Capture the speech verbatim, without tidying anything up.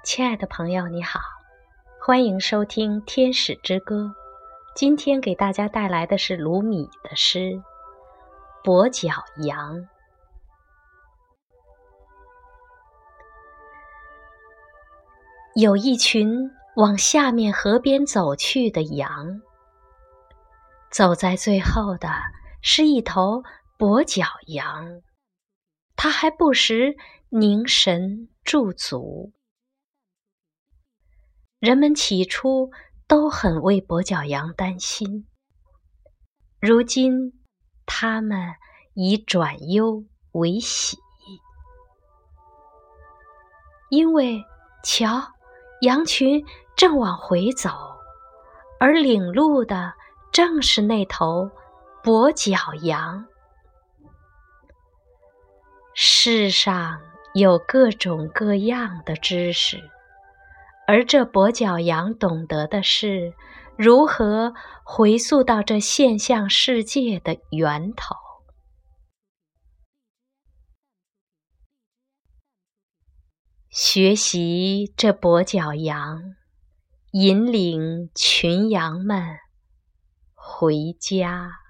亲爱的朋友，你好，欢迎收听《天使之歌》。今天给大家带来的是鲁米的诗《跛脚羊》。有一群往下面河边走去的羊，走在最后的是一头跛脚羊，它还不时凝神驻足。人们起初都很为跛脚羊担心，如今他们已转忧为喜，因为瞧，羊群正往回走，而领路的正是那头跛脚羊。世上有各种各样的知识，而这跛脚羊懂得的是如何回溯到这现象世界的源头。学习这跛脚羊，引领群羊们回家。